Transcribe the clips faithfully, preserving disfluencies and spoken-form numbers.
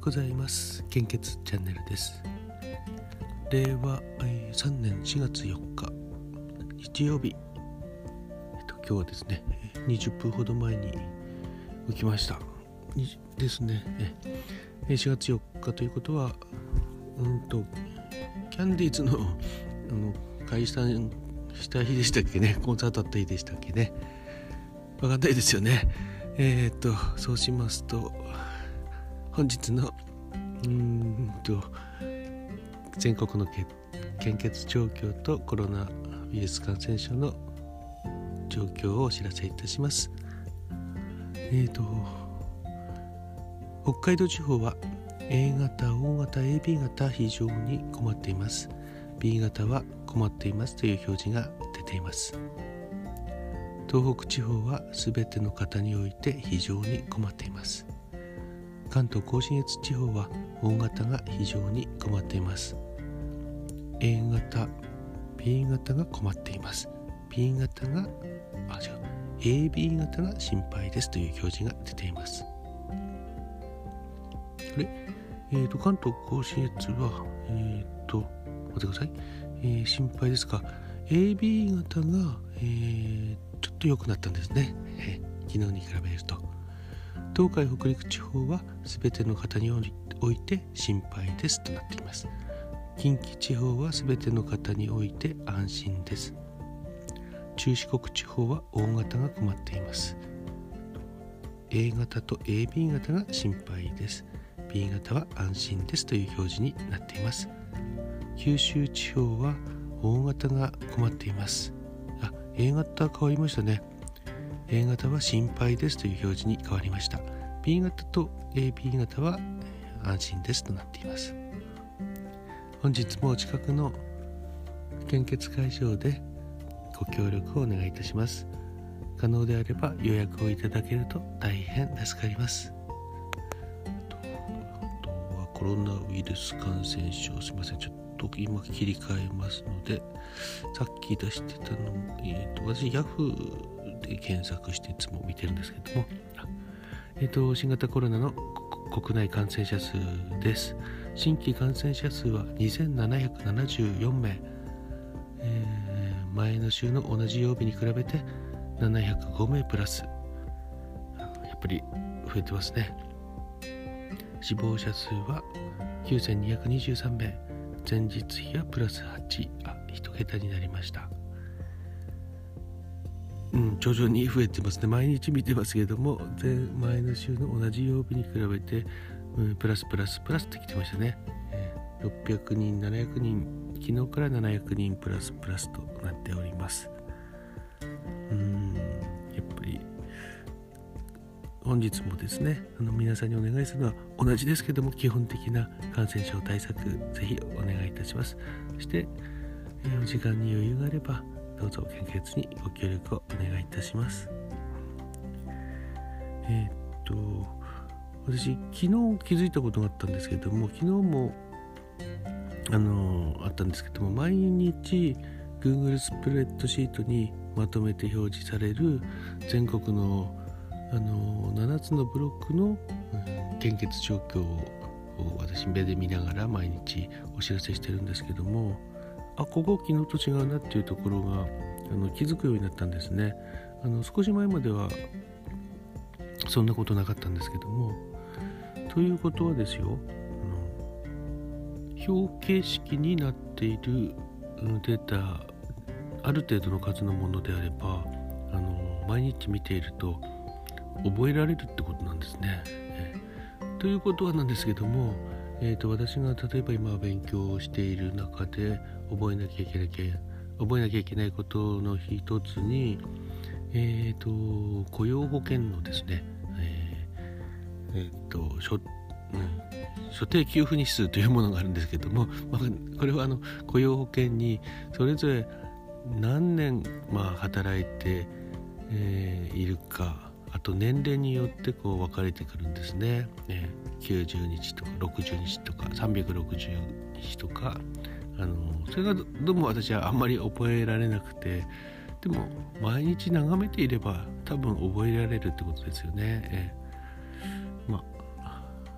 ございます。献血チャンネルです。令和さんねんしがつよっか日曜日、えっと、今日はですねにじゅっぷんほど前に起きましたですね。しがつよっかということはうんとキャンディーズの、あの解散した日でしたっけね。コンサートあった日でしたっけね。わかんないですよね。えー、っとそうしますと本日のうーんと全国の献血状況とコロナウイルス感染症の状況をお知らせいたします。えーと北海道地方は A 型、O 型、エービー 型非常に困っています。 B 型は困っていますという表示が出ています。東北地方はすべての方において非常に困っています。関東甲信越地方は O 型が非常に困っています。 A 型、B 型が困っています。 B 型があ違う エービー 型が心配ですという表示が出ています。あれえーと関東甲信越はえーと待ってください、えー、心配ですか。 エービー 型が、えー、ちょっと良くなったんですね、えー、昨日に比べると。東海北陸地方はすべての方において心配ですとなっています。近畿地方はすべての方において安心です。中四国地方は O 型が困っています。 A 型と エービー 型が心配です。 B 型は安心ですという表示になっています。九州地方は O 型が困っています。あ、A 型変わりましたね。A 型は心配ですという表示に変わりました。 B 型と エービー 型は安心ですとなっています。本日もお近くの献血会場でご協力をお願いいたします。可能であれば予約をいただけると大変助かります。あとはコロナウイルス感染症、すいません、ちょっと今切り替えますので、さっき出してたのも、えー、と私ヤフーで検索していつも見てるんですけども、えー、と新型コロナの国内感染者数です。新規感染者数はにせんななひゃくななじゅうよんめい、えー、前の週の同じ曜日に比べてななひゃくごめいプラス。やっぱり増えてますね。死亡者数はきゅうせんにひゃくにじゅうさんめい、前日比はプラスはち、あ、一桁になりました。うん、徐々に増えてますね。毎日見てますけれども、前前の週の同じ曜日に比べて、うん、プラスプラスプラスってきてましたね、えー、ろっぴゃくにん、ななひゃくにん、昨日からななひゃくにんプラスプラスとなっております。うーんやっぱり本日もですね、あの皆さんにお願いするのは同じですけども、基本的な感染症対策ぜひお願いいたします。そして、えー、お時間に余裕があればどうぞ献血にご協力をお願いいたします。えー、っと私昨日気づいたことがあったんですけども、昨日もあのー、あったんですけども、毎日 Google スプレッドシートにまとめて表示される全国の、あのー、ななつのブロックの、うん、献血状況を私目で見ながら毎日お知らせしてるんですけども、あ、ここ昨日と違うなっていうところがあの気づくようになったんですね。あの少し前まではそんなことなかったんですけども、ということはですよ、あの表形式になっているデータ、ある程度の数のものであれば、あの毎日見ていると覚えられるってことなんですね。えということはなんですけども、えー、と私が例えば今勉強をしている中で覚えなきゃいけなきゃ覚えなきゃいけないことの一つに、えー、と雇用保険のですね、えーえー、と所、うん、所定給付日数というものがあるんですけども、まあ、これはあの雇用保険にそれぞれ何年、まあ、働いて、えー、いるか、あと年齢によってこう分かれてくるんですね。ねきゅうじゅうにちとかろくじゅうにちとかさんびゃくろくじゅうにちとか、あのそれが ど, どうも私はあんまり覚えられなくて、でも毎日眺めていれば多分覚えられるってことですよね。えー、まあ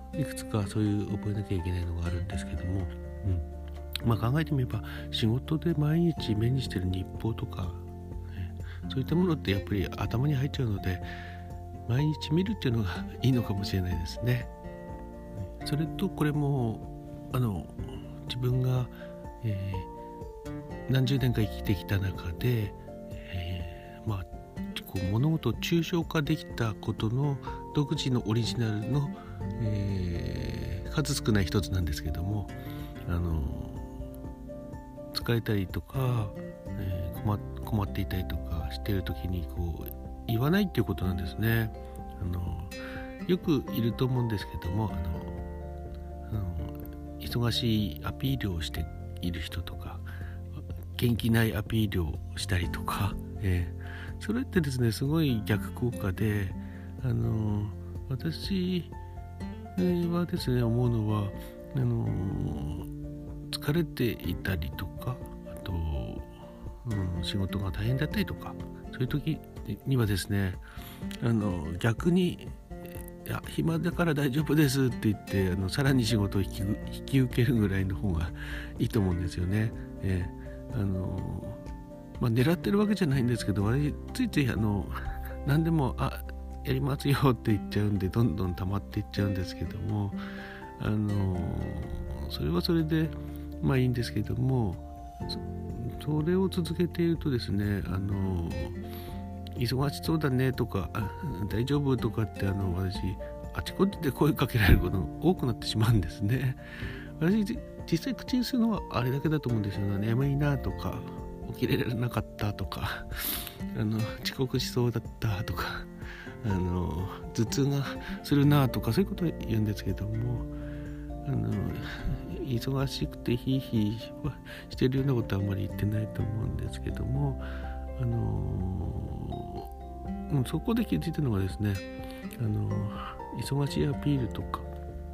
いくつかそういう覚えなきゃいけないのがあるんですけども、うん、まあ考えてみれば仕事で毎日目にしてる日報とか、ね、そういったものってやっぱり頭に入っちゃうので毎日見るっていうのがいいのかもしれないですね。それとこれもあの自分が、えー、何十年か生きてきた中で、えー、まあこう物事を抽象化できたことの独自のオリジナルの、えー、数少ない一つなんですけども、あの疲れたりとか、えー、困, 困っていたりとかしている時にこう言わないっていうことなんですね。あのよくいると思うんですけども、あのあの忙しいアピールをしている人とか元気ないアピールをしたりとか、えー、それってですねすごい逆効果で、あの私はですね思うのはあの疲れていたりとか、あと、うん、仕事が大変だったりとか、そういう時にはですねあの逆にいや暇だから大丈夫ですって言ってあのさらに仕事を引き、引き受けるぐらいの方がいいと思うんですよね。えー、あのまあ、狙ってるわけじゃないんですけど、私ついついあの何でもあやりますよって言っちゃうんでどんどん溜まっていっちゃうんですけども、あのそれはそれでまあいいんですけども、そ, それを続けているとですね、あの忙しそうだねとか大丈夫とかってあの私あちこちで声かけられることが多くなってしまうんですね。私実際口にするのはあれだけだと思うんですよね。眠いなとか起きれなかったとかあの遅刻しそうだったとかあの頭痛がするなとかそういうことを言うんですけども、あの忙しくてヒーヒーしてるようなことはあんまり言ってないと思うんですけども、あのーうん、そこで気づいたのがですね、あのー、忙しいアピールとか、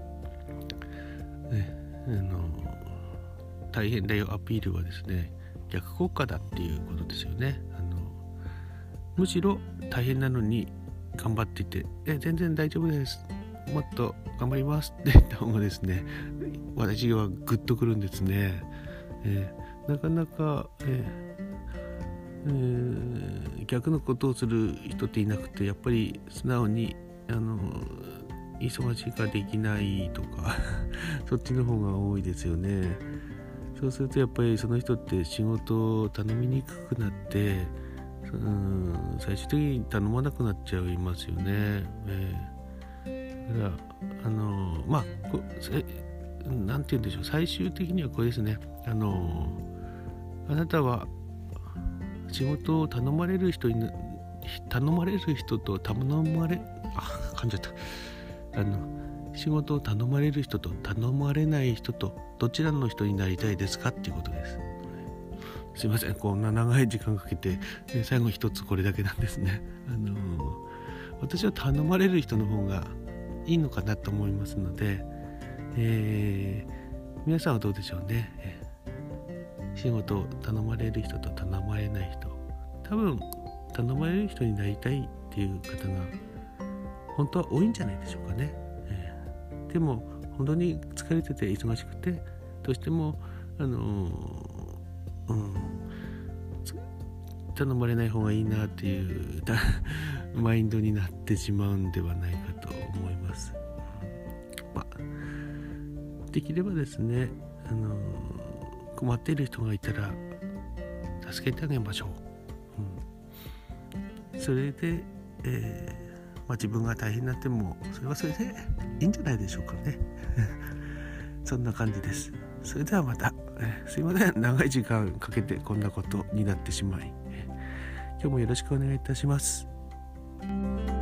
ね、あのー、大変だよアピールはですね逆効果だっていうことですよね。あのむしろ大変なのに頑張っていてえ全然大丈夫ですもっと頑張りますって言った方がですね私はグッとくるんですね。えー、なかなか、えーえー、逆のことをする人っていなくて、やっぱり素直にあの忙しいからできないとかそっちの方が多いですよね。そうするとやっぱりその人って仕事を頼みにくくなってうん最終的に頼まなくなっちゃいますよね。えー、だからあのまあこなんて言うんでしょう、最終的にはこれですね、あのあなたは仕事を頼まれる人に頼まれる人と頼まれあ噛んじゃったあの仕事を頼まれる人と頼まれない人とどちらの人になりたいですかっていうことです。すいませんこんな長い時間かけて最後一つこれだけなんですね。あの私は頼まれる人の方がいいのかなと思いますので、えー、皆さんはどうでしょうね。えー、仕事を頼まれる人と頼まれない人、多分頼まれる人になりたいっていう方が本当は多いんじゃないでしょうかね。えー、でも本当に疲れてて忙しくてどうしてもあのーうん、頼まれない方がいいなっていうマインドになってしまうんではないかと思います。まあ、できればですね、あの困っている人がいたら助けてあげましょう。うん、それで、えーまあ、自分が大変になってもそれはそれでいいんじゃないでしょうかね。そんな感じです。それではまた。すいません長い時間かけてこんなことになってしまい、今日もよろしくお願いいたします。